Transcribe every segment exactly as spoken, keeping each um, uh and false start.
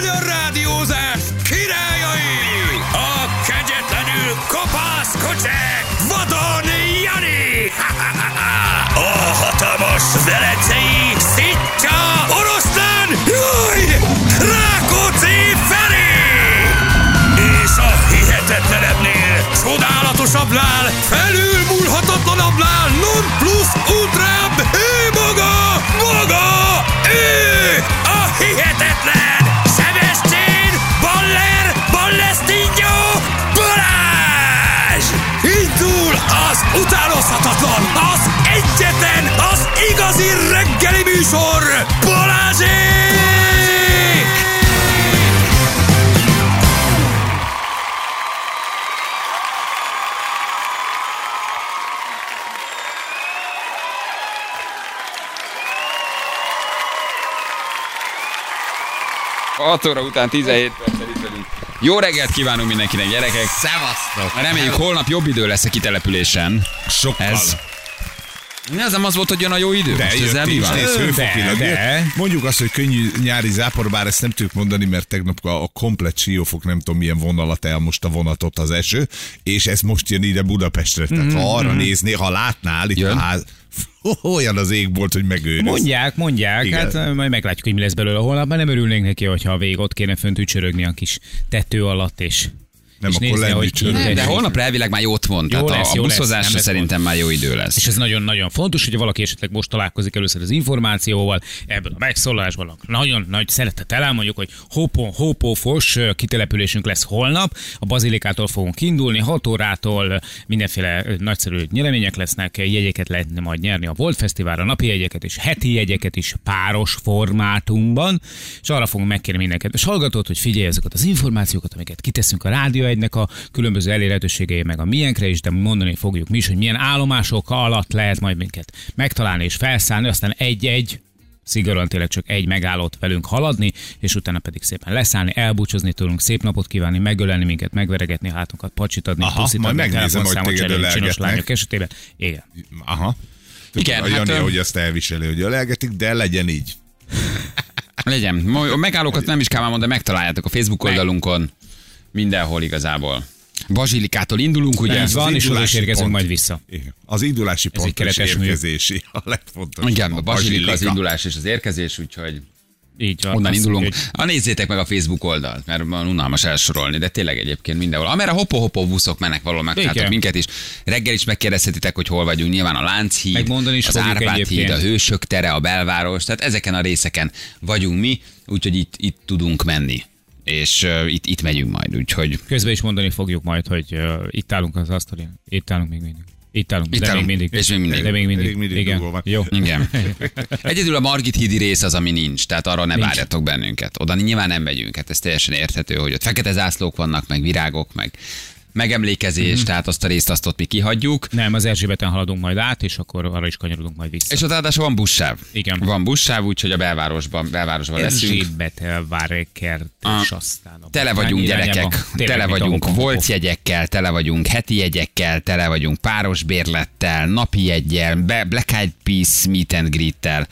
magyar rádiózás királyai, a kegyetlenül kopász kocsek, Vadon Jani, a hatalmas velencei szitja oroszlán, jaj, Rákóczi Feri, és a hihetetlenebbnél, csodálatosabbnál, felülmúlhatatlanabbnál, non plus ultrább, ő maga, maga, ő a hihetetlen Sebestyén Baller Ballestinho Balázs! Indul az utánozhatatlan, az egyetlen, az igazi reggeli műsor, Balázsék! hat óra után tizenhét perccel itt vagyunk. Jó reggelt kívánunk mindenkinek, gyerekek! Szevasztok! Reméljük holnap jobb idő lesz a kitelepülésen. Sokkal. Ez... Ez nem az volt, hogy jön a jó idő? De most jött ezzel mi is, van? nézd, hőfokilag de, jött. de. Mondjuk azt, hogy könnyű nyári zápor, bár ezt nem tudjuk mondani, mert tegnap a, a komplet siófok nem tudom milyen vonalat elmost a vonatot az eső, és ez most jön ide Budapestre. Tehát Mm-hmm. ha arra néznél, ha látnál itt Jön. a ház, olyan az égbolt, hogy megőrülsz. Mondják, mondják, Igen. hát majd meglátjuk, hogy mi lesz belőle holnap, mert nem örülnénk neki, hogyha a vég ott kéne fönt ücsörögni a kis tető alatt, és Nem, és akkor nézni, lenni hogy csörög. ki- Nem, de holnap elvileg már jót van. Jó Tehát lesz, a, a jó lesz, buszozásra nem lesz szerintem gond. már jó idő lesz. És ez nagyon-nagyon fontos, hogyha valaki esetleg most találkozik először az információval, ebből a megszólalásban nagyon nagy szeretettel elmondjuk, hogy Hópon, Hópófos kitelepülésünk lesz holnap, a Bazilikától fogunk indulni, hat órától mindenféle nagyszerű nyeremények lesznek, jegyeket lehetne majd nyerni a Volt Fesztiválra, napi jegyeket és heti jegyeket is páros formátumban, és arra fogunk megkérni mindenket. És hallgatót, hogy figyelj ezeket az információkat, amiket kiteszünk a Rádió egynek a különböző elérhetőségei, meg a miénkre is, de mondani fogjuk mi is, hogy milyen állomások alatt lehet majd minket megtalálni és felszállni, aztán egy-egy, szigorúan tényleg csak egy megállót velünk haladni, és utána pedig szépen leszállni, elbúcsúzni tőlünk, szép napot kívánni, megölelni minket, megveregetni a hátunkat, pacsit adni, Aha, puszit majd adni, megnézem, hogy telefonszámot téged cserélni csinos ölelgetnek. lányok esetében. Igen. Aha. Igen, a Jani, hát, hogy azt elviseli, hogy ölelgetik, de legyen így. Legyen. A megállókat nem is kell már mondani, de megtaláljátok a Facebook oldalunkon. Mindenhol igazából. Bazilikától indulunk, ugye? Ez van, és oda is indulási érkezünk pont. majd vissza. Igen. Az indulási Ez egy pont és keretes mű. érkezési a legfontosabb. Igen, a bazsilika az bazsilika. indulás és az érkezés, úgyhogy Így van. onnan Azt indulunk. mondja, Ha nézzétek meg a Facebook oldalt, mert van unalmas elsorolni, de tényleg egyébként mindenhol. Amerre hopo-hopo buszok mennek, valahol megtaláltok Igen. minket is. Reggel is megkérdezhetitek, hogy hol vagyunk. Nyilván a Lánchíd, Megmondani is az fogjuk Árpád híd, egyébként. a Hősök tere, a Belváros, tehát ezeken a részeken vagyunk mi, úgyhogy itt, itt tudunk menni. És uh, itt, itt megyünk majd, úgyhogy Közben is mondani fogjuk majd, hogy uh, itt állunk az asztalon. Itt állunk még mindig. Itt állunk, Itt de állunk, még mindig. és még mindig. De még mindig. Még mindig Igen. dugó van. Jó. igen. Egyedül a Margit hídi rész az, ami nincs, tehát arra ne Nincs. várjatok bennünket. Oda nyilván nem megyünk, hát ez teljesen érthető, hogy ott fekete zászlók vannak, meg virágok, meg megemlékezés, mm-hmm. tehát azt a részt azt ott mi kihagyjuk. Nem, az Erzsébeten haladunk majd át, és akkor arra is kanyarodunk majd vissza. És ott ráadásul van buszsáv. Igen. Van buszsáv, úgyhogy a belvárosban, belvárosban leszünk. Erzsébet, Várkert, Ah. és aztán... a Tele vagyunk, Irányába. gyerekek, Tényleg, tele mint a vagyunk Hopon-Hopon. volt jegyekkel, tele vagyunk heti jegyekkel, tele vagyunk páros bérlettel, napi jeggyel, Be- Black Eyed Peas meet and greet-tel,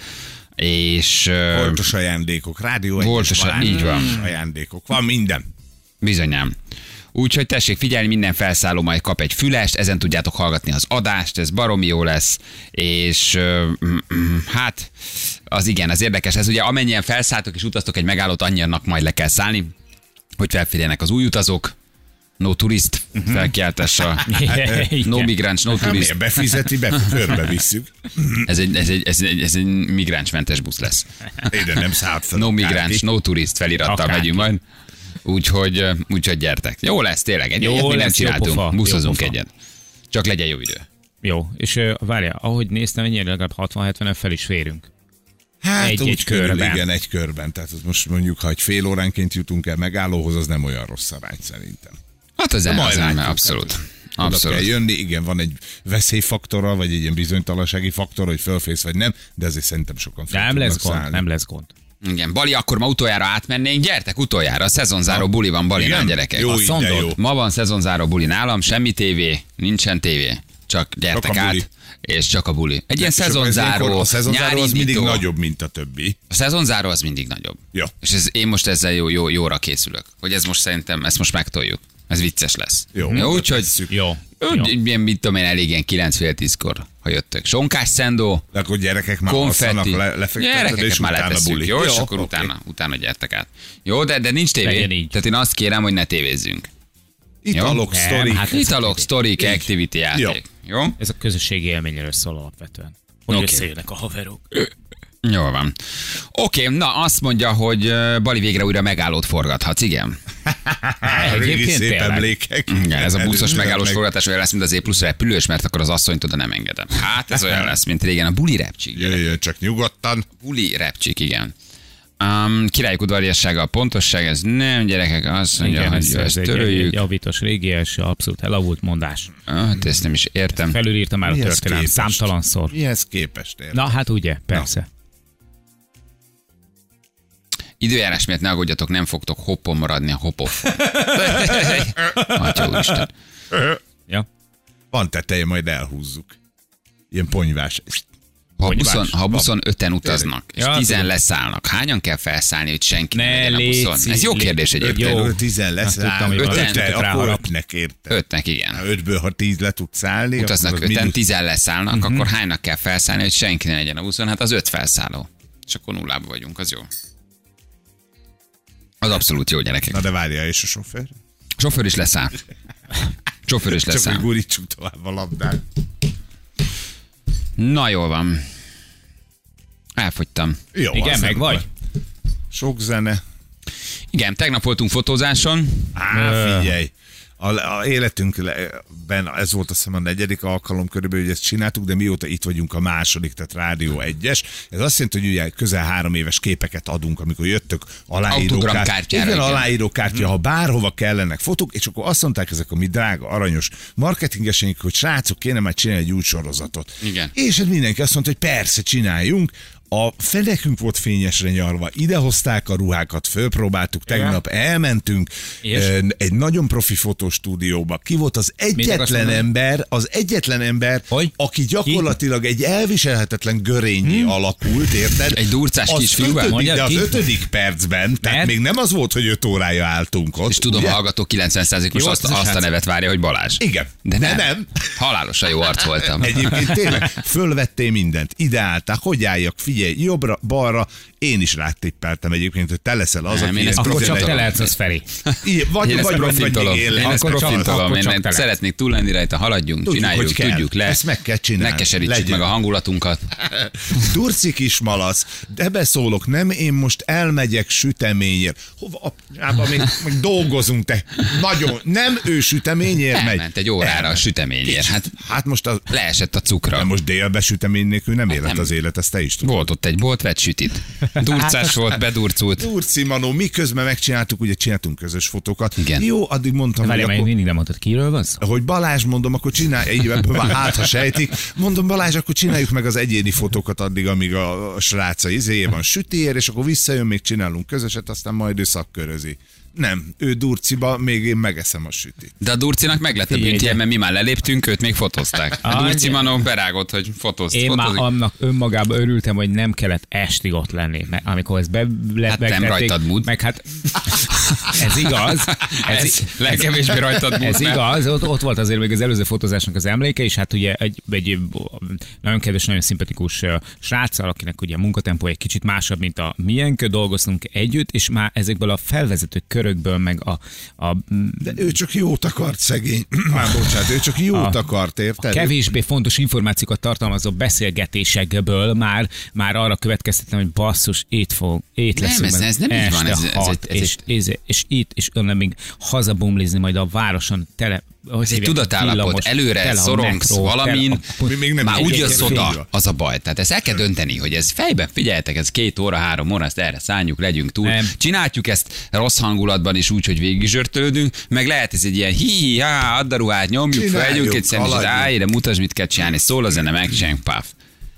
és ö, Voltos ajándékok, rádió Voltos, egyes van, így van. ajándékok, van minden. bizonyám. Úgyhogy tessék figyelni, minden felszálló majd kap egy fülest, ezen tudjátok hallgatni az adást, ez baromi jó lesz, és ö, mm, mm, hát az igen, az érdekes, ez ugye amennyien felszálltok és utaztok egy megállót, annyiannak majd le kell szállni, hogy felférjenek az új utazók, no turist, felkiáltása, no migráns, no Hát turist. miért befizeti, be, körbe visszük. Ez egy, ez, egy, ez, egy, ez egy migránsmentes busz lesz. Ide nem szállt fel. No akárki. migráns, no turist felirattal Akárki. megyünk majd. Úgyhogy, úgyhogy gyertek. Jó lesz tényleg, egy Jó ilyet még nem lesz, jó csináltunk. pofa, Buszozunk jó pofa. egyet. Csak legyen jó idő. Jó, és uh, várjál, ahogy néztem, ennyire legalább hatvan-hetven fel is férünk. Hát Egy- úgy egy körül, körben. igen, egy körben. Tehát az most mondjuk, ha egy fél óránként jutunk el megállóhoz, az nem olyan rossz arány szerintem. Hát az, De az, majd az látjuk. abszolút. Oda Abszolút. kell jönni, igen, van egy veszélyfaktora, vagy egy ilyen bizonytalansági faktor, hogy fölfész vagy nem, de azért szerintem sokan fel Nem tudnak lesz gond, szállni. nem lesz gond. Igen, Bali, akkor ma utoljára átmennénk. Gyertek utoljára, a szezonzáró buli van Balinál, Igen? gyerekek. Jó, A így, de szondod. jó. Ma van szezonzáró buli nálam, semmi tévé, nincsen tévé. Csak gyertek Csak a buli. át, és csak a buli. Egy ilyen És akkor ez szezonzáró, ilyenkor a szezonzáró az mindig nyárindító. nagyobb, mint a többi. A szezonzáró az mindig nagyobb. Jó. És ez, én most ezzel jó, jó, jóra készülök. Hogy ez most szerintem, ezt most megtoljuk. Ez vicces lesz. Jó, jó oda úgyhogy tesszük. Jó. Jó. ilyen, mit tudom én, elég ilyen kilenc fél tízkor, ha jöttök. Sonkás szendó, De akkor gyerekek már alszanak, konfetti. le, lefekteted, Gyerekeket és már utána letesszük, buli. jó? És akkor oké. utána, utána gyertek át. Jó, de, de nincs tévé. Legyen így. Tehát én azt kérem, hogy ne tévézzünk. Italok, Nem, sztorik. hát ez Italok, a sztorik, Így. activity játék. Jó? Ez a közösségi élményről szól alapvetően. Hogy Oké. összejönnek a haverok. Jól van. Oké, na azt mondja, hogy ö, Bali végre újra megállót forgathatsz, igen? Régi Egyébként szép tényleg. emlékek. Igen, ez a buszos Meg- megállós forgatás olyan lesz, mint az E plusz repülős, mert akkor az asszonyt oda nem engedem. Hát ez olyan lesz, mint régen a buli repcsik. Jöjjön csak nyugodtan. Buli repcsik, igen. Um, királyok udvariassága, a pontosság, ez nem, gyerekek, azt mondja, Igen, hogy ez, ezt ez egy, egy, töröljük. egy javítos, régies, abszolút elavult mondás. Ah, hát ezt nem is értem. Felülírta már a Mihez történelem képest? számtalanszor. Mihez képest ér? Na hát ugye, persze. Időjárás miatt ne aggódjatok, nem fogtok hoppon maradni a hopof. Atya úristen. Ja. Van teteje, majd elhúzzuk. Ilyen ponyvás. Ha Hogy buszon, más? ha buszon öten utaznak, és Ja, tizen tudom. leszállnak, hányan kell felszállni, hogy senki ne, Ne legyen a buszon? léci, Ez jó léci. kérdés egyébként. Jó. Ötből tizen lesz Azt tudtam, hogy rá, valaki ötben, tudott akkor ráharap. ötnek érte. Ötnek, igen. Ha ötből, ha tíz le tudsz szállni, Utaznak akkor az öten, mínusz- tizen leszállnak, Mhm. akkor hánynak kell felszállni, hogy senki ne legyen a buszon? Hát az öt felszálló. És akkor nullába vagyunk, az jó. Az abszolút jó, gyerekek. Na de várja, és a sofőr? Sofőr is leszáll. Sofőr is Csak leszáll. hogy gurítsuk tovább a labdát. Na jól van. Elfogytam. Jó, Igen, az meg nem vagy? baj. Sok zene. Igen, tegnap voltunk fotózáson. Á, figyelj. A, a életünkben ez volt azt hiszem a negyedik alkalom körülbelül, hogy ezt csináltuk, de mióta itt vagyunk a második, tehát Rádió egyes. Ez azt jelenti, hogy ugye közel három éves képeket adunk, amikor jöttök aláírókártyára. Autogramkártyára, Igen, igen. aláírókártya, ha bárhova kellenek fotók, és akkor azt mondták ezek a mi drága, aranyos marketingeseink, hogy srácok, kéne már csinálni egy új sorozatot. Igen. És hát mindenki azt mondta, hogy persze, csináljunk. A fenekünk volt fényesre nyarva, idehozták a ruhákat, fölpróbáltuk, tegnap elmentünk És? eh, egy nagyon profi fotostúdióba. Ki volt az akarsz egyetlen mondani? ember, az egyetlen ember, Hogy? aki gyakorlatilag egy elviselhetetlen görényi alakult, érted? Egy durcás Az kisfiúval? ötödik, Mondjad de az ki? ötödik percben, tehát Mert? még nem az volt, hogy öt órája álltunk ott. És tudom, ugye? a hallgató kilencven százalék most Jó, azt, az a azt a srác. nevet várja, hogy Balázs. Igen. De nem. De nem. Halálosan jó arc voltam. Egyébként tényleg fölvettél mindent, ideáltál, hogy álljak, figyelj, jobbra, balra, én is rátippeltem egyébként, hogy te leszel az, Nem, aki én ezt ilyen Akkor csak te Tizenöt. lehetsz az Feri. Így, vagy, Én ezt vagy, vagy, vagy profitolom, még én él, ezt Akkor csak- profitolom, akkor én csak te lehetsz. szeretnék túl lenni rajta, haladjunk, Tudjuk, csináljuk, hogy kell. tudjuk le. Ezt meg kell csinálni. Ne keserítsük Legyen. meg a hangulatunkat. Durci kis malac, de beszólok, nem én most elmegyek süteményért. Hova apjába még, még dolgozunk, te. Nagyon, nem ő süteményért megy. Elment egy órára a Elment. süteményért. Kicsit. Hát hát most az, leesett a cukra. de most délbe sütemény nélkül nem élet nem. az élet, ezt te is tudod. Volt ott egy bolt, vett sütit. Durcás volt, bedurcult. Durci Manó, miközben megcsináltuk, ugye csináltunk közös fotókat. Igen. Jó, addig mondtam, Várjál, hogy még akkor, mindig nem mondtad, kiről van szó? hogy Balázs, mondom, akkor csinálj, így ebből már hát, ha sejtik. Mondom, Balázs, akkor csináljuk meg az egyéni fotókat addig, amíg a, a sráca izéje van sütér, és akkor visszajön, még csinálunk közöset, aztán majd ő szakkörözi. Nem, ő Durciba, még én megeszem a sütit. De a Durcinak meg lett a Figyelj, büntje, de- mert mi már leléptünk, őt még fotózták. A Ah, Durci de- Manó berágott, hogy fotózt. Én már fotózik. annak önmagában örültem, hogy nem kellett estig ott lenni, mert amikor ez be le, Hát nem rajtad múlt. meg hát ez igaz, ez, Ez legkevésbé rajtad múlt, ez mert- igaz, ott, ott volt azért még az előző fotózásnak az emléke, és hát ugye egy, egy nagyon kedves, nagyon szimpatikus ö, sráccal, akinek ugye a munkatempó egy kicsit másabb, mint a miénk, dolgoztunk együtt, és már ezekből a felvezető körökből, meg a, a De ő csak jót akart, szegény. Már bocsánat, ő csak jót A- akart, érted? kevésbé fontos információkat tartalmazó beszélgetésekből már, már arra következtettem, hogy basszus, itt fog, itt Nem, leszünk. ez- meg ez nem így van, este ez- ez hat, egy- ez és, és, és itt, és onnan még hazabumlizni majd a városon tele. hogy Ez egy hívják, tudatállapot, villamos, előre tele a szorongsz metró, valamin, tele a- Mi még nem már is úgy egy- jössz egy- oda, egy- az a baj. Tehát ezt el kell dönteni, hogy ez fejben, figyeljetek, ez két óra, három óra, ezt erre szálljuk, legyünk túl. Nem. Csináljuk ezt rossz hangulatban is úgy, hogy végig zsörtölődünk, meg lehet ez egy ilyen hi há, add a ruhát, nyomjuk fel, Csináljuk, együnk egy személyzet, haladjunk. állj, de mutasd, mit kell csinálni, szól a zene, megcsináljuk, paf.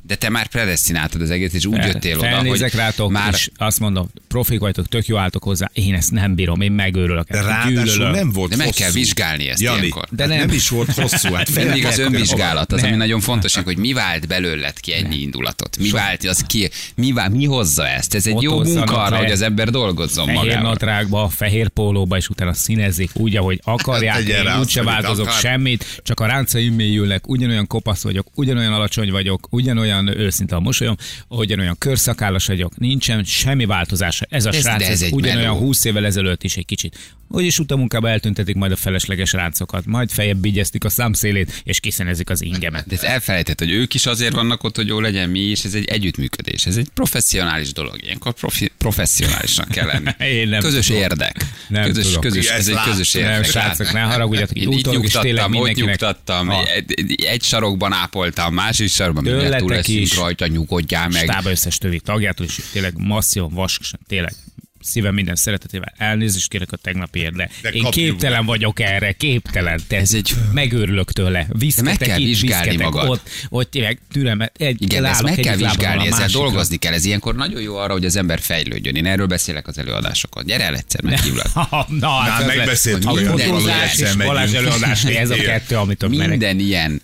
De te már predesztináltad az egész, és úgy jöttél oda, hogy felnézek rátok, már... és azt mondom, profik vagytok, tök jó álltok hozzá, én ezt nem bírom, én megőrülök. De ráadásul nem volt De meg hosszú. kell vizsgálni ezt Jani, ilyenkor. de nem. nem is volt hosszú. Hát Mindig az fél- önvizsgálat, az, Nem. ami nagyon fontos, hogy mi vált belőled ki ennyi indulatot. Mi vált az ki, mi, vál, mi hozza ezt? Ez egy jó Fotózzanak munka arra, le. hogy az ember dolgozzon Fehér magával. nadrágba, fehér pólóba, és utána színezik úgy, ahogy akarják, Tegyen rá én azt, úgyse amit változok akar. semmit, csak a ráncaim mélyülnek, ugyanolyan kopasz vagyok, ugyanolyan alacsony vagyok, ugyanolyan őszinte a mosolyom, ugyanolyan körszakállas vagyok, nincsen semmi változás. Ez a Ez- srác de ez ez egy ugyanolyan meló. húsz évvel ezelőtt is egy kicsit. Úgyis utamunkába eltüntetik majd a felesleges ráncokat, majd feljebb vigyeztik a számszélét, és kiszenezik az ingemet. De ezt elfelejtett, hogy ők is azért vannak ott, hogy jó legyen, mi is, ez egy együttműködés, ez egy professzionális dolog, ilyenkor profi, professzionálisnak kell lenni. Én nem közös tudom. érdek. Nem közös, tudok. közös, Ja, ez ezt egy közös látom. érdek. Nem, srácok, ne haragudjatok, Én itt utólag is tényleg nyugtattam, ott mindenkinek- nyugtattam, Ha. egy, egy sarokban ápoltam, másik sarokban mindjárt túl Tőletek leszünk is. rajta, nyugodjál meg. Stába összes többi tagjától is tényleg masszívan, vaskosan, tényleg szívem minden szeretetével elnézést kérek a tegnapiért, de, De én kapjuk képtelen vagyok erre, képtelen. Te Ez egy- megőrülök tőle. Viszketek meg kell itt, vizsgálni viszketek magad. ott, ott tényleg türelmet. Egy, Igen, ezt állok meg kell egyik lábamon vizsgálni, a ezzel másikra. dolgozni kell. Ez ilyenkor nagyon jó arra, hogy az ember fejlődjön. Én erről beszélek az előadásokon. Gyere el egyszer, meghívlak. Na, Na, hát ez megbeszéltük, a hogy valami fotózás egyszer és megyünk. Balázs előadás, ez a Igen. kettő, amit ott menek. Minden ilyen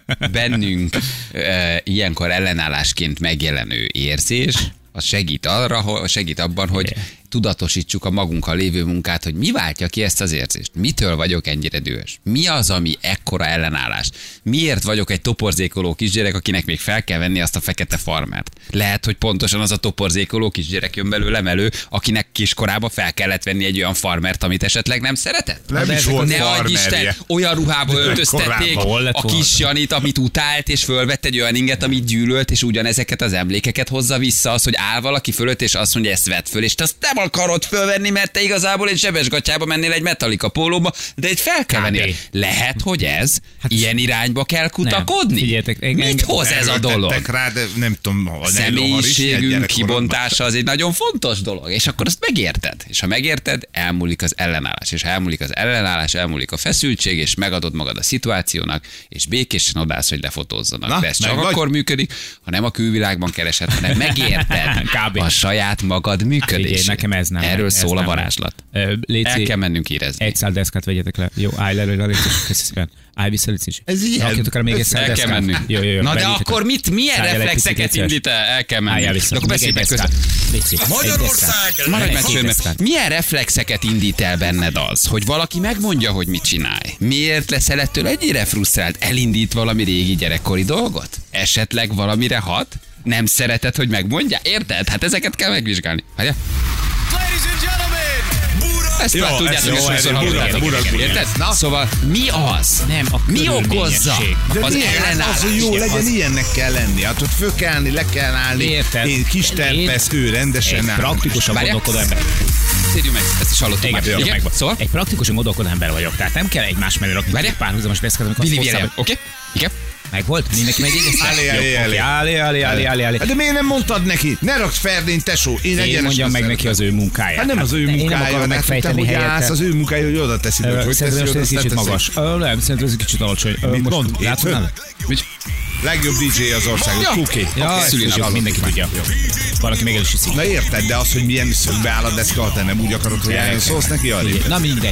bennünk e, ilyenkor ellenállásként megjelenő érzés, az segít arra, hogy segít abban, hogy tudatosítsuk a magunkkal lévő munkát, hogy mi váltja ki ezt az érzést. Mitől vagyok ennyire dühös? Mi az, ami ekkora ellenállás? Miért vagyok egy toporzékoló kisgyerek, akinek még fel kell venni azt a fekete farmert? Lehet, hogy pontosan az a toporzékoló kisgyerek jön belőlem elő, akinek kiskorában fel kellett venni egy olyan farmert, amit esetleg nem szeretett? Nem de is ezek volt Ne adj Isten, farmerje. olyan ruhába öltöztették korábban hol lett a volna? kis Janit, amit utált, és fölvett egy olyan inget, amit gyűlölt, és ugyanezeket az emlékeket hozza vissza, az, hogy áll valaki fölött, és azt mondja, ezt vedd föl, és te azt nem akarod fölvenni, mert te igazából egy zsebesgatyába mennél egy Metallica pólóba, de egy fel kell Kb. venni. Lehet, hogy ez ilyen irányba kell kutakodni? Figyeljetek, engem- Mit hoz ez a dolog? Erőltettek rá, de nem tudom, a Személyiségünk kibontása az egy nagyon fontos dolog, és akkor azt megérted. És ha megérted, elmúlik az ellenállás. És ha elmúlik az ellenállás, elmúlik a feszültség, és megadod magad a szituációnak, és békésen odállsz, hogy lefotózzanak. Na, De ez csak meg vagy. akkor működik, ha nem a külvilágban keresed, hanem megérted Kb. a saját magad működését. Figyelj, nekem ez nem. Erről ez szól a nem. varázslat. Ö, Léci, El kell mennünk érezni. egy szál deszkát vegyetek le. Jó, állj le, le, le, Léci, köszi szépen. Állj vissza, Léci. Ez ilyen. Rakjatok el még egy szál El kell deszkát. mennünk. Jó, jó, jó. Na de vegyétek akkor el. mit, milyen Szálljál egy reflexeket picit, indít el? El kell Álljál mennünk. vissza. De akkor Még egy beszéljünk meg deszkát. közben. Léci, egy Magyarország deszkát. Maradj Egy meg csöndben. deszkát. Milyen reflexeket indít el benned az, hogy valaki megmondja, hogy mit csinálj? Miért leszel ettől ennyire frusztrált? Elindít valami régi gyerekkori dolgot? Esetleg valamire hat? Nem szereted, hogy megmondja? Érted? Hát ezeket kell megvizsgálni. Várja? Ladies and gentlemen, Burak! Ezt Jó, már ez tudjátok, jó, ezt ez sokszor jó, hallottátok. Burak, Burak, Érted? Na. Szóval mi az? Nem, a Mi okozza körülményesség. De az miért? ellenállás? Az, hogy jó legyen, Az- ilyennek kell lenni. Hát ott föl kell állni, le kell állni. Érted? Én kis terpesz, ő rendesen Egy áll. praktikusan Várjál. gondolkodó ember. Térjünk meg, ezt is hallottuk már. Igen, jó, Igen? megvan. Szóval? Egy praktikusan gondolkodó ember vagyok, tehát nem kell egymás mellé rakni Várjál. két párhuzamos deszkát, amikor Billy, azt várjál. hozzá- Oké? Igen? Megvolt? Mindenki megjegyezte? Állé, Jó, állé, oké, állé. állé, állé, állé, állé, állé. De miért nem mondtad neki? Ne rakd Ferdén, tesó. Én, Én egyenesen mondjam meg szeretem. neki az ő munkáját. Hát nem az ő de én nem munkája, akarom hát te megfejteni hogy állsz, helyette. az ő munkája, hogy oda teszi, hogy hogy Szerintem teszi, ez oda egy kicsit teszi. magas. Ö, Nem, szerintem ez egy kicsit alacsony. Ö, Mit Most mond? látod Hétfőn? nem? Mit? Legjobb dé dzsé az országon. Ja. Kuki. Ja, Oké, ezt ezt is hallottuk mindenki már. tudja. Valaki még el is hiszi. Na érted, de az, hogy milyen szögbe áll a deszka, ha te nem úgy akarod, hogy álljon szólsz neki, arra. Igen. Na mindegy.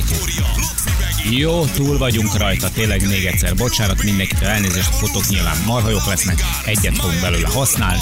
Jó, túl vagyunk rajta, tényleg még egyszer. Bocsánat mindenkitől, elnézést, fotók nyilván marhajok lesznek, egyet fogunk belőle használni.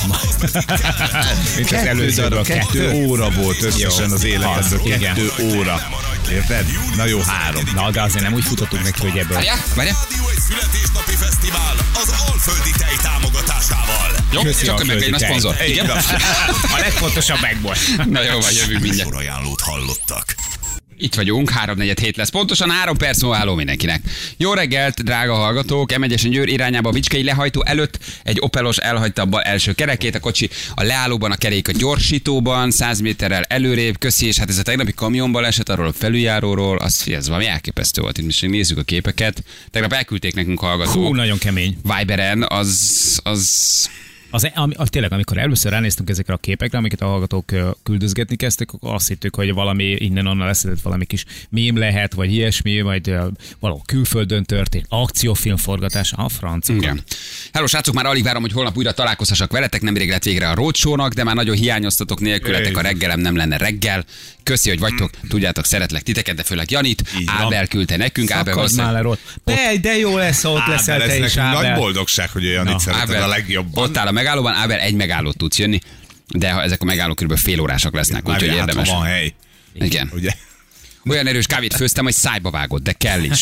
Mint az Kettő, előzőből darab, kettő óra volt összesen Jó. az életedből. Az, igen. Kettő óra. Érted? Na jó, három. Na, de azért nem úgy futottunk neki, hogy ebből. Várjál, várjál. Rádió egy születésnapi fesztivál az Alföldi Tej támogatásával. Jó, Köszi, csak Alföldi meg a Tej. szponzor. Igen? A legfontosabb megból. Na jó, vagy jövünk mindjárt. Sorajánlót hallottak. Itt vagyunk, három negyed hét lesz. Pontosan három perc múlva álló mindenkinek. Jó reggelt, drága hallgatók! em egyesen Győr irányába a Bicskei lehajtó előtt egy Opelos elhagyta a bal első kerekét, a kocsi a leállóban, a kerék a gyorsítóban, száz méterrel előrébb, köszi, és hát ez a tegnapi kamionban esett arról a felüljáróról, az ez valami elképesztő volt. Itt most nézzük a képeket. Tegnap elküldték nekünk hallgatók. Hú, nagyon kemény. Viberen, az, az Az, ami, az tényleg, amikor először ránéztünk ezekre a képekre, amiket a hallgatók ö, küldözgetni kezdtek, akkor azt hittük, hogy valami innen-onnan leszedett valami kis mém lehet, vagy ilyesmi, vagy ö, valahol külföldön történt, akciófilmforgatás, a francok. Igen. Hello, srácok, már alig várom, hogy holnap újra találkozhassak veletek, nemrég lett végre a roadshow-nak, de már nagyon hiányoztatok nélkületek, a reggelem nem lenne reggel. Köszi, hogy vagytok, tudjátok, szeretlek titeket, de főleg Janit. Ábel küldte nekünk, Ábel Szakadj már le ott. De, de jó lesz, ha ott leszel te is, Ábel. Nagy Ábel. boldogság, hogy olyan itt szereted a legjobban. Ott áll a megállóban, Ábel egy megállót tudsz jönni, de ha ezek a megállók kb. Fél órásak lesznek, úgyhogy Várjál, érdemes. hát, ha van hely. Igen. Ugye? Olyan erős kávét főztem, hogy szájba vágott, de kell is.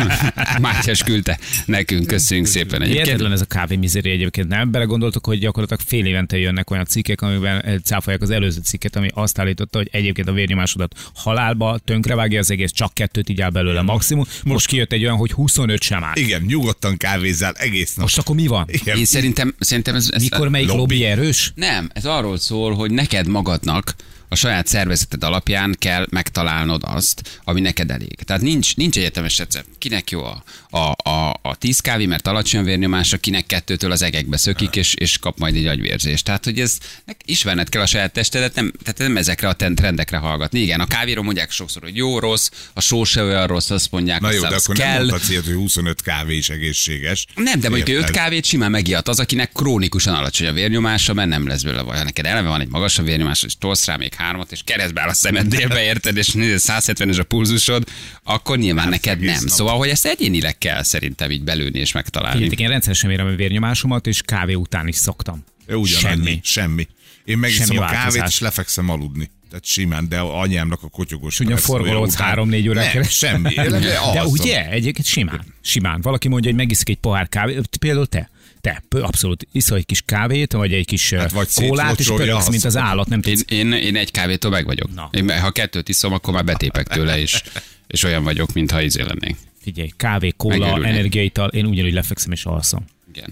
Mátyás küldte nekünk, köszönjük szépen. Hihetetlen Egyébként ez a kávé mizéria egyébként, nem? Belegondoltok, hogy gyakorlatilag fél évente jönnek olyan cikkek, amiben cáfolják az előző cikket, ami azt állította, hogy egyébként a vérnyomásodat halálba tönkrevágja az egész, csak kettőt így áll belőle maximum. Most kijött egy olyan, hogy huszonöt sem áll. Igen, nyugodtan kávézzál egész nap. Most akkor mi van? Igen. én szerintem, szerintem ez, ez Mikor melyik lobby. lobby erős? Nem, ez arról szól, hogy neked magadnak a saját szervezeted alapján kell megtalálnod azt, ami neked elég. Tehát nincs, nincs egyetemes recept. Kinek jó a, a, a, a tíz kávé, mert alacsony vérnyomásra, kinek kettőtől az egekbe szökik, és, és kap majd egy agyvérzést. Tehát, hogy ez ismerned kell a saját testedet, nem, tehát nem ezekre a trendekre hallgatni. Igen, a kávéról mondják sokszor, hogy jó, rossz, a só se olyan rossz, azt mondják, Na jó, aztán de az akkor kell. nem mondhatsz ilyet, hogy huszonöt kávé is egészséges. Nem, de mondjuk Érted? öt kávét simán megijadt az, akinek krónikusan alacsony a vérnyomása, mert nem lesz belőle baj. Ha neked eleve van egy magasabb vérnyomás, és tolsz rá még hármat, és keresztbe áll a szemed délbe, érted, és száz hetvenes a pulzusod, akkor nyilván neked egész nem. nap. Szóval, hogy ezt egyénileg kell szerintem így belőni és megtalálni. Figyeljetek, én rendszeresen mérem a vérnyomásomat, és kávé után is szoktam. Ugyanannyi, Semmi. semmi. Én megiszom Semmi a kávét, változás. és lefekszem aludni. Tehát simán, de anyámnak a kotyogós. Ugyan presszója forgolódsz után- három-négy órán Nem, keresztül. semmi. Én De alszom. ugye, egyébként simán, simán. Valaki mondja, hogy megiszik egy pohár kávét, például te. Te abszolút iszol egy kis kávét, vagy egy kis Hát vagy kólát, és szétlocsolja, pöröksz, mint az azt állat, nem Én, tudsz. én, én egy kávétól meg vagyok. Na. Én, ha kettőt iszom, akkor már betépek tőle, és, és olyan vagyok, mintha izé lennék. Figyelj, kávé, kóla, Megörülnék. energiaital, én ugyanúgy lefekszem és alszom. Igen.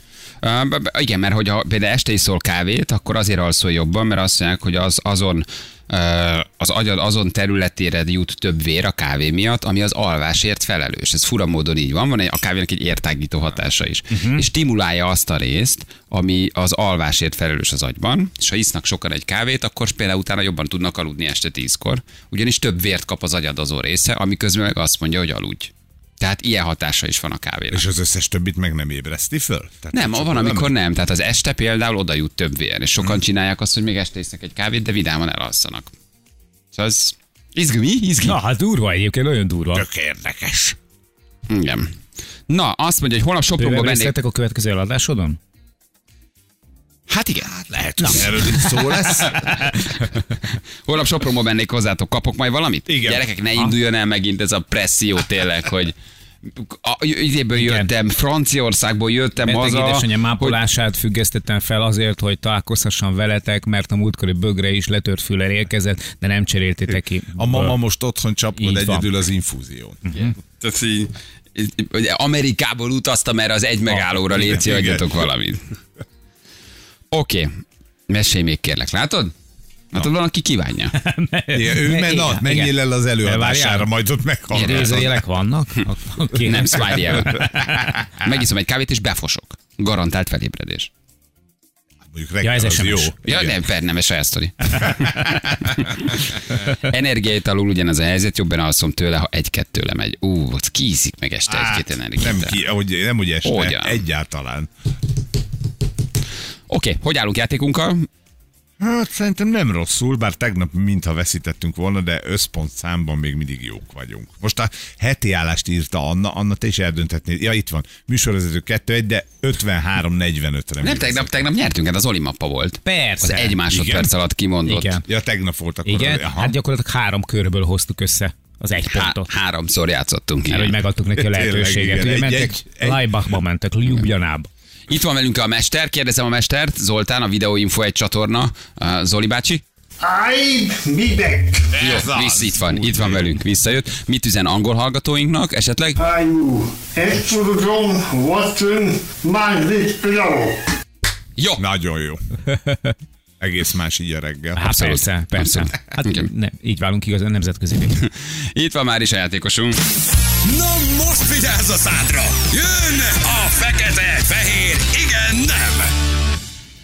Uh, b- b- igen, mert hogyha például este iszol kávét, akkor azért alszol jobban, mert azt mondják, hogy az azon uh, az agyad azon területére jut több vér a kávé miatt, ami az alvásért felelős. Ez fura módon így van, van egy, a kávénak egy értágító hatása is. Uh-huh. És stimulálja azt a részt, ami az alvásért felelős az agyban, és ha isznak sokan egy kávét, akkor például utána jobban tudnak aludni este tízkor, ugyanis több vért kap az agyad azon része, ami közben meg azt mondja, hogy aludj. Tehát ilyen hatása is van a kávénak. És az összes többit meg nem ébreszti föl? Tehát Nem, csak van, amikor nem. nem. Tehát az este például oda jut több vér, és sokan csinálják azt, hogy még este isznak egy kávét, de vidáman elalszanak. Szóval ez izgi, izgi. Na, hát durva egyébként, nagyon durva. Tök érdekes. Igen. Na, azt mondja, hogy holnap Sopronba Bőven mennék. részletek a következő eladásodon? Hát igen. Lehet, hogy erről is szó lesz. Holnap Sopronba mennék hozzátok, kapok majd valamit? Igen. Gyerekek, ne induljon el megint ez a presszió tényleg, hogy a, idéből Igen. jöttem, Franciaországból jöttem Beteg haza. édesanyám hogy- mápolását függesztettem fel azért, hogy találkozhasson veletek, mert a múltkori bögre is letört füllel érkezett, de nem cseréltétek ki. A mama most otthon csapkod Így van. egyedül az infúzión. Tehát így, így, ugye Amerikából utaztam erre az egy megállóra, léci, igen. adjatok valamit. Oké, okay. Mesélj még kérlek, látod? Látod, van, aki kívánja. Igen, ő men, na, Igen, menjél igen. el az előadására, Várjál. majd ott meghallgatod. Idézőjelek vannak? Okay. Nem smiley. Megiszom egy kávét, és befosok. Garantált felébredés. Mondjuk Ja, reggel ez az es em es. jó. Ja, Igen. nem, per, nem, ez saját sztori. Energiaitalul ugyanaz a helyzet, jobban alszom tőle, ha egy-kettő lemegy. Ú, ott kiiszik meg este Hát, egy-két nem, energiát. ki, ahogy, nem úgy este, Hogyan? egyáltalán. Oké, okay, hogy állunk játékunkkal? Hát szerintem nem rosszul, bár tegnap mintha veszítettünk volna, de összpont számban még mindig jók vagyunk. Most a heti állást írta Anna, Anna te is eldönthetnéd. Ja, itt van, műsorvezető kettő egy, de ötvenhárom negyvenötre. Nem, tegnap, tegnap nyertünk, hát az Oli mappa volt. Persze. Az egy másodperc Igen. alatt kimondott. Igen. Ja, tegnap volt akkor. Igen, Aha. hát gyakorlatilag három körből hoztuk össze az egy Há- pontot. háromszor játszottunk. Mert hogy Igen. megadtuk neki a Tényleg, lehetőséget. igen. Ugye Egy- mentek, egy- egy- Laibachba mentek, Ljubljanába. Itt van velünk a mester, kérdezem a mestert, Zoltán, a Videóinfo egy csatorna. Uh, Zoli bácsi? I'm me back. Ez Jó, az. vissza, itt van, itt van velünk, visszajött. Mit üzen angol hallgatóinknak esetleg? I'm Extrudon Watson Magnet Pillow. Jó, Nagyon jó. Egész más így a reggel. Hát Abszolút. persze, persze. Abszolút. Hát Igen. ne, így válunk igazán nemzetközi. itt van már is a játékosunk. Na most vigyázz a szádra! Jön a fekete, fehér, igen, nem!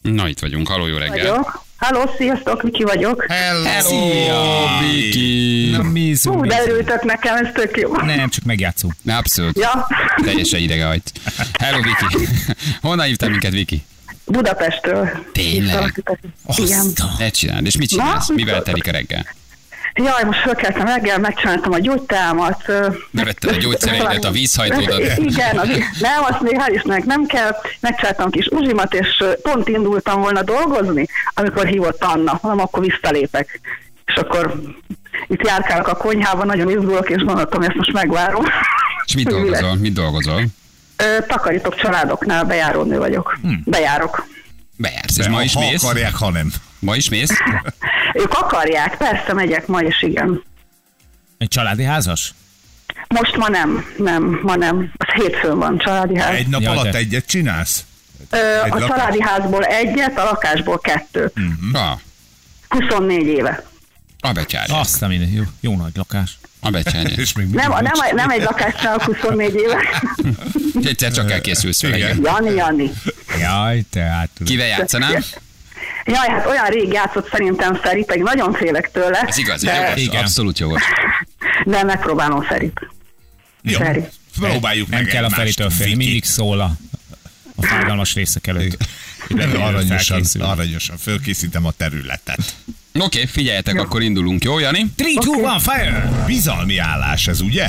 Na, itt vagyunk. Halló, jó reggel. Vagyok. Halló, sziasztok, Viki vagyok. Hello! Szia, Viki! Na, mízú, Hú, de mízú. örültök nekem, ez tök jó. Nem, csak megjátszunk. Abszolút. Ja, Teljesen idege vagy. Hello, Viki. Honnan hívtál minket, Viki? Budapestről. Tényleg? Igen. Ne csináld. És mit csinálsz? Na? Mivel telik a reggel? Jaj, most fölkeltem reggel, megcsináltam a gyógyteámat. ö, Bevetted a gyógyszereidet, a vízhajtódat. Igen, az, nem, azt még hál' Istennek nem kell. Megcsináltam kis uzsimat, és ö, pont indultam volna dolgozni, amikor hívott Anna. Mondom, akkor visszalépek. És akkor itt járkálok a konyhában, nagyon izgulok, és gondoltam, hogy ezt most megvárom. És mit Hogy mi dolgozol? Mit dolgozol? Ö, Takarítok családoknál, bejárónő vagyok. Hm. Bejárok. Bejársz, és ma is ha mész? akarják, ha nem. Ma is mész? Ők akarják, persze megyek ma is, igen. Egy családi házas? Most ma nem, nem, ma nem. Az hétfőn van családi ház. Egy nap Jaj, alatt de. egyet csinálsz? Ö, egy a lakás? családi házból egyet, a lakásból kettőt. Ah, huszonnégy éve. a becsárja. Azt a minden. Jó, jó nagy lakás. A becsárja. És még Nem, mindig nem, nem egy lakást csinálok huszonnégy éve. Egyszer csak elkészülsz vele. Igen. Igen. Jani, Jani. Jaj, tehát. Kivel játszanál? Jaj, hát olyan rég játszott szerintem Feri, pedig nagyon félek tőle. Ez igaz, de, jogos, igen. abszolút jogos. de megpróbálom Ferit. Jó, Feri. próbáljuk Nem meg kell a egymást, Feritől félni, Viki. mindig szól a, a fájdalmas részek előtt. Nem, aranyosan, Felkészül. aranyosan fölkészítem a területet. Oké, okay, figyeljetek, akkor indulunk, jó, Jani? három, kettő, egy, fire! Bizalmi állás ez, ugye?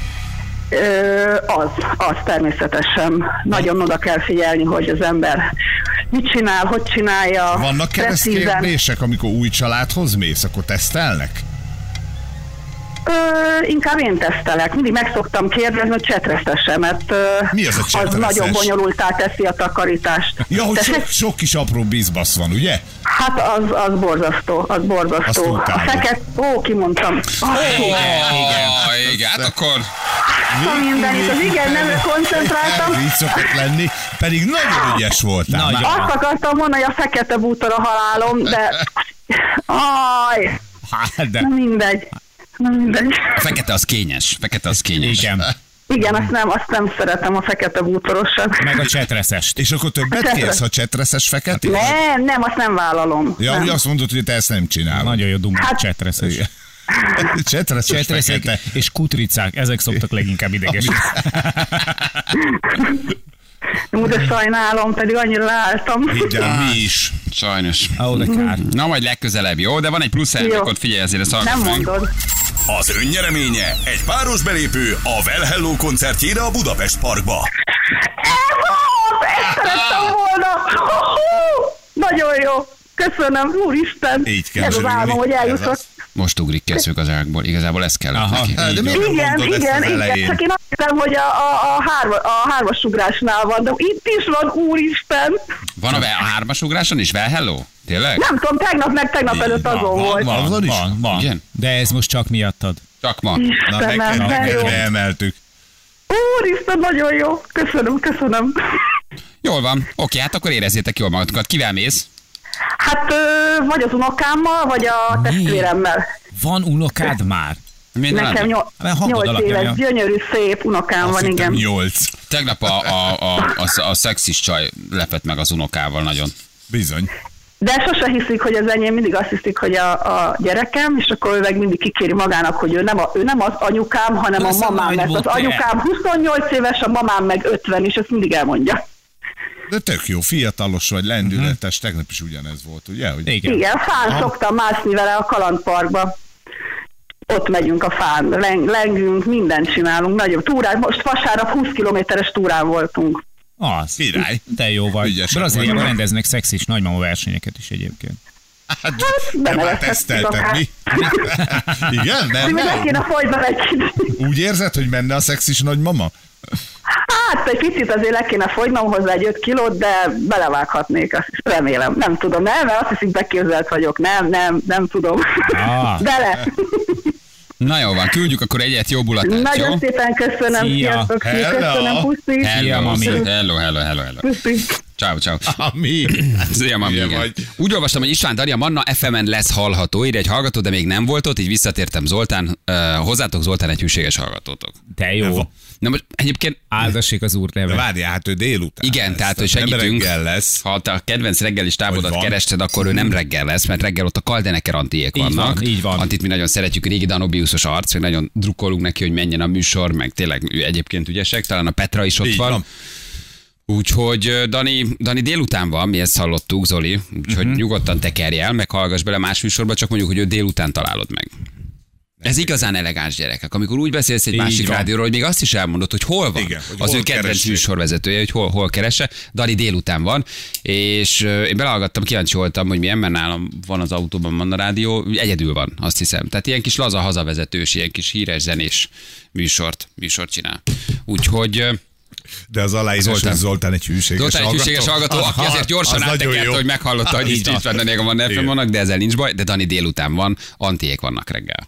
Ö, az, az természetesen. Nagyon oda kell figyelni, hogy az ember mit csinál, hogy csinálja. Vannak precízen. keresztkérdések, amikor új családhoz mész, akkor tesztelnek? Ö, inkább én tesztelek. Mindig meg szoktam kérdezni, hogy csetresztesse, mert ö, Mi az a az csetreszes? nagyon bonyolultá teszi a takarítást. Ja, hogy Tessék? sok, sok kis apró bizbasz van, ugye? Hát az, az borzasztó, az Azt borzasztó. A utálom. feket, ó, kimondtam. Oh, Igen, igen, hát akkor mindenit, az igen, nem koncentráltam. Ez így szokott lenni, pedig nagyon ügyes voltál. Nagyon. Már- Azt akartam mondani, hogy a fekete bútor a halálom, de... Aj, Hát, de. na mindegy. Na mindegy. a fekete az kényes, fekete az kényes. Igen. Igen, azt nem, azt nem szeretem, a fekete bútorosat. Meg a csetreszest. És akkor többet Csetre- kérsz, ha csetreszes feketét? Nem, nem, azt nem vállalom. Ja, nem. úgy azt mondod, hogy te ezt nem csinálod. Nagyon jó dumás Hát- csetreszes. Csetreszes Csetreszek fekete. és kutricák, ezek szoktak leginkább idegesíteni. Jó, de sajnálom, pedig annyira álltam. Higgyel, mi is. Sajnos. Ó, de kár. Na, majd legközelebb, jó? De van egy plusz elmékot, figyelj, azért ezt Nem hallgass meg. mondod. Az önnyereménye egy páros belépő a Well Hello koncertjére a Budapest Parkba. Ez az! Ezt szerettem volna! Nagyon jó! Köszönöm, úristen! Így kell Ez az zsörülni. álmom, hogy Ez eljutott. az. Most ugrik ki a szögazsákból, igazából ez kellett Aha. neki. Hát, de Így miért van. nem Igen, mondod ezt igen, az igen, elején? csak én azt hiszem, hogy a, a, a, hárma, a hármasugrásnál van, de itt is van, úristen! Van a, a hármas ugráson is? Well, hello? Tényleg? Nem tudom, tegnap meg tegnap előtt azon Van, volt. van, Azon is? van, van. Igen? De ez most csak miattad. Csak ma. Na, Istenem, neked, de jó. neked emeltük. Úristen, nagyon jó. Köszönöm, köszönöm. Jól van. Oké, hát akkor érezzétek jól magatokat. Kivel mész? Hát ö, vagy az unokámmal, vagy a testvéremmel. Van unokád már? Minden Nekem rendben? nyol- Hát, hangod nyolc alapján, éves, ja. gyönyörű, szép unokám Azt van, hittem igen. nyolc. Tegnap a, a, a, a, a szexis csaj lepett meg az unokával nagyon. Bizony. De sose hiszik, hogy az enyém, mindig azt hiszik, hogy a, a gyerekem, és akkor ő meg mindig kikéri magának, hogy ő nem, a, ő nem az anyukám, hanem Ez a a mamám, nagy mert az boter. anyukám huszonnyolc éves, a mamám meg ötven, és ezt mindig elmondja. De tök jó, fiatalos vagy, lendületes, tegnap is ugyanez volt, ugye? Hogy Igen. Igen, fán szoktam mászni vele a kalandparkba. Ott megyünk a fán, leng, lengünk, mindent csinálunk, nagyobb túrák. Most vasárnap húsz kilométeres túrán voltunk. Az. Király. Te jó vagy. Ügyesek Brazíliában vagytok. rendeznek szexis nagymama versenyeket is egyébként. Hát, te már benevezhetsz tesztelted, akár. mi? Igen? Nem, Még meg nem? kéne folytani egy kicsit. Úgy érzed, hogy menne a szexis nagymama? Hát egy picit azért le kéne fogynom hozzá egy öt kilót, de belevághatnék, azt is remélem. Nem tudom, nem, mert azt hiszik, beképzelt vagyok. Nem, nem, nem tudom. Ah. Bele. Na jó van, küldjük akkor egyet, jó bulatát, jó? Nagyon szépen köszönöm. Szia. Sziasztok, Hello. köszönöm, puszi. Hello, mami. hello, hello, hello, hello. Puszi. Ciao, ciao. Ami. Szia, mami, Hülye igen. vagy. Úgy olvastam, hogy István Dani a Manna ef emen lesz hallható, írja egy hallgató, de még nem volt ott, így visszatértem Zoltán. Uh, hozzátok Zoltán egy hűséges hallgatótok. De jó. Na most egyébként Áldassék az úr De neve. várjál, hát ő délután. igen, lesz, tehát hogy nem segítünk. reggel lesz. Ha te a kedvenc reggelis Hogy tábodat van. kerested, akkor ő nem reggel lesz, mert reggel ott a Kaldeneker Antiék Így vannak. van, így van. Antit mi nagyon szeretjük, régi Danobiusos arc, meg nagyon drukkolunk neki, hogy menjen a műsor, meg tényleg ő egyébként ügyesek, talán a Petra is ott Így van. van. Úgyhogy ö, Dani, Dani délután van, mi ezt hallottuk, Zoli, úgyhogy uh-huh. nyugodtan tekerj el, meg hallgass bele más műsorba, csak mondjuk, hogy ő délután találod meg. Ez igazán elegáns gyerekek, amikor úgy beszélsz egy Így másik van. rádióról, hogy még azt is elmondod, hogy hol van. Igen, hogy az hol ő kedvenc keressék. műsorvezetője, hogy hol, hol keresse. Dani délután van, és ö, én belehallgattam, kíváncsi voltam, hogy milyen, mert nálam van az autóban Manna Rádió, egyedül van, azt hiszem. Tehát ilyen kis laza hazavezetős, ilyen kis híres zenés műsort, műsort csinál. Úgyhogy... ö, De az aláírás, Zoltán. hogy Zoltán egy hűséges Zoltán egy hallgató. hűséges hallgató, aki Aha, azért gyorsan az nagyon áttekerte, jó. hogy meghallotta, hogy Így itt van. István Daniék van ef em Igen. vannak, de ezzel nincs baj, de Dani délután van, Antiék vannak reggel.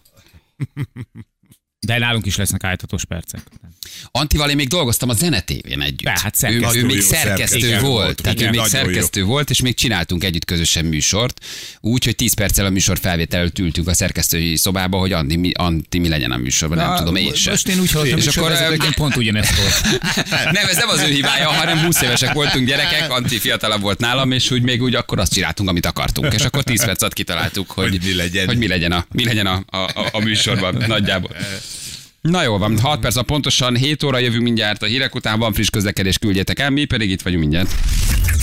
De nálunk is lesznek állíthatós percek. Antival én még dolgoztam a Zenetévén együtt. De, hát ő, szerkesztő ő még jó, szerkesztő szerkesztő volt, volt, tehát ő igen, még nagyon jó. szerkesztő volt, és még csináltunk együtt közösen műsort, úgy, hogy tíz perccel a műsor felvétel előtt ültünk a szerkesztői szobába, hogy Anti mi, Anti, mi legyen a műsorban, nem Na, tudom én sem. Most én úgy hallottam, És és akkor, akkor em, pont ugyanezt volt. Nem, ez nem az ő hibája, hanem húsz évesek voltunk gyerekek, Anti fiatalabb volt nálam, és úgy még úgy akkor azt csináltunk, amit akartunk. És akkor tíz perc alatt kitaláltuk, hogy, Hogy mi legyen. hogy mi legyen, a, mi legyen a, a, a, a műsorban nagyjából. Na jó van, hat perc, pontosan hét óra jövünk mindjárt a hírek után, van friss közlekedés, küldjetek el, mi pedig itt vagyunk mindjárt.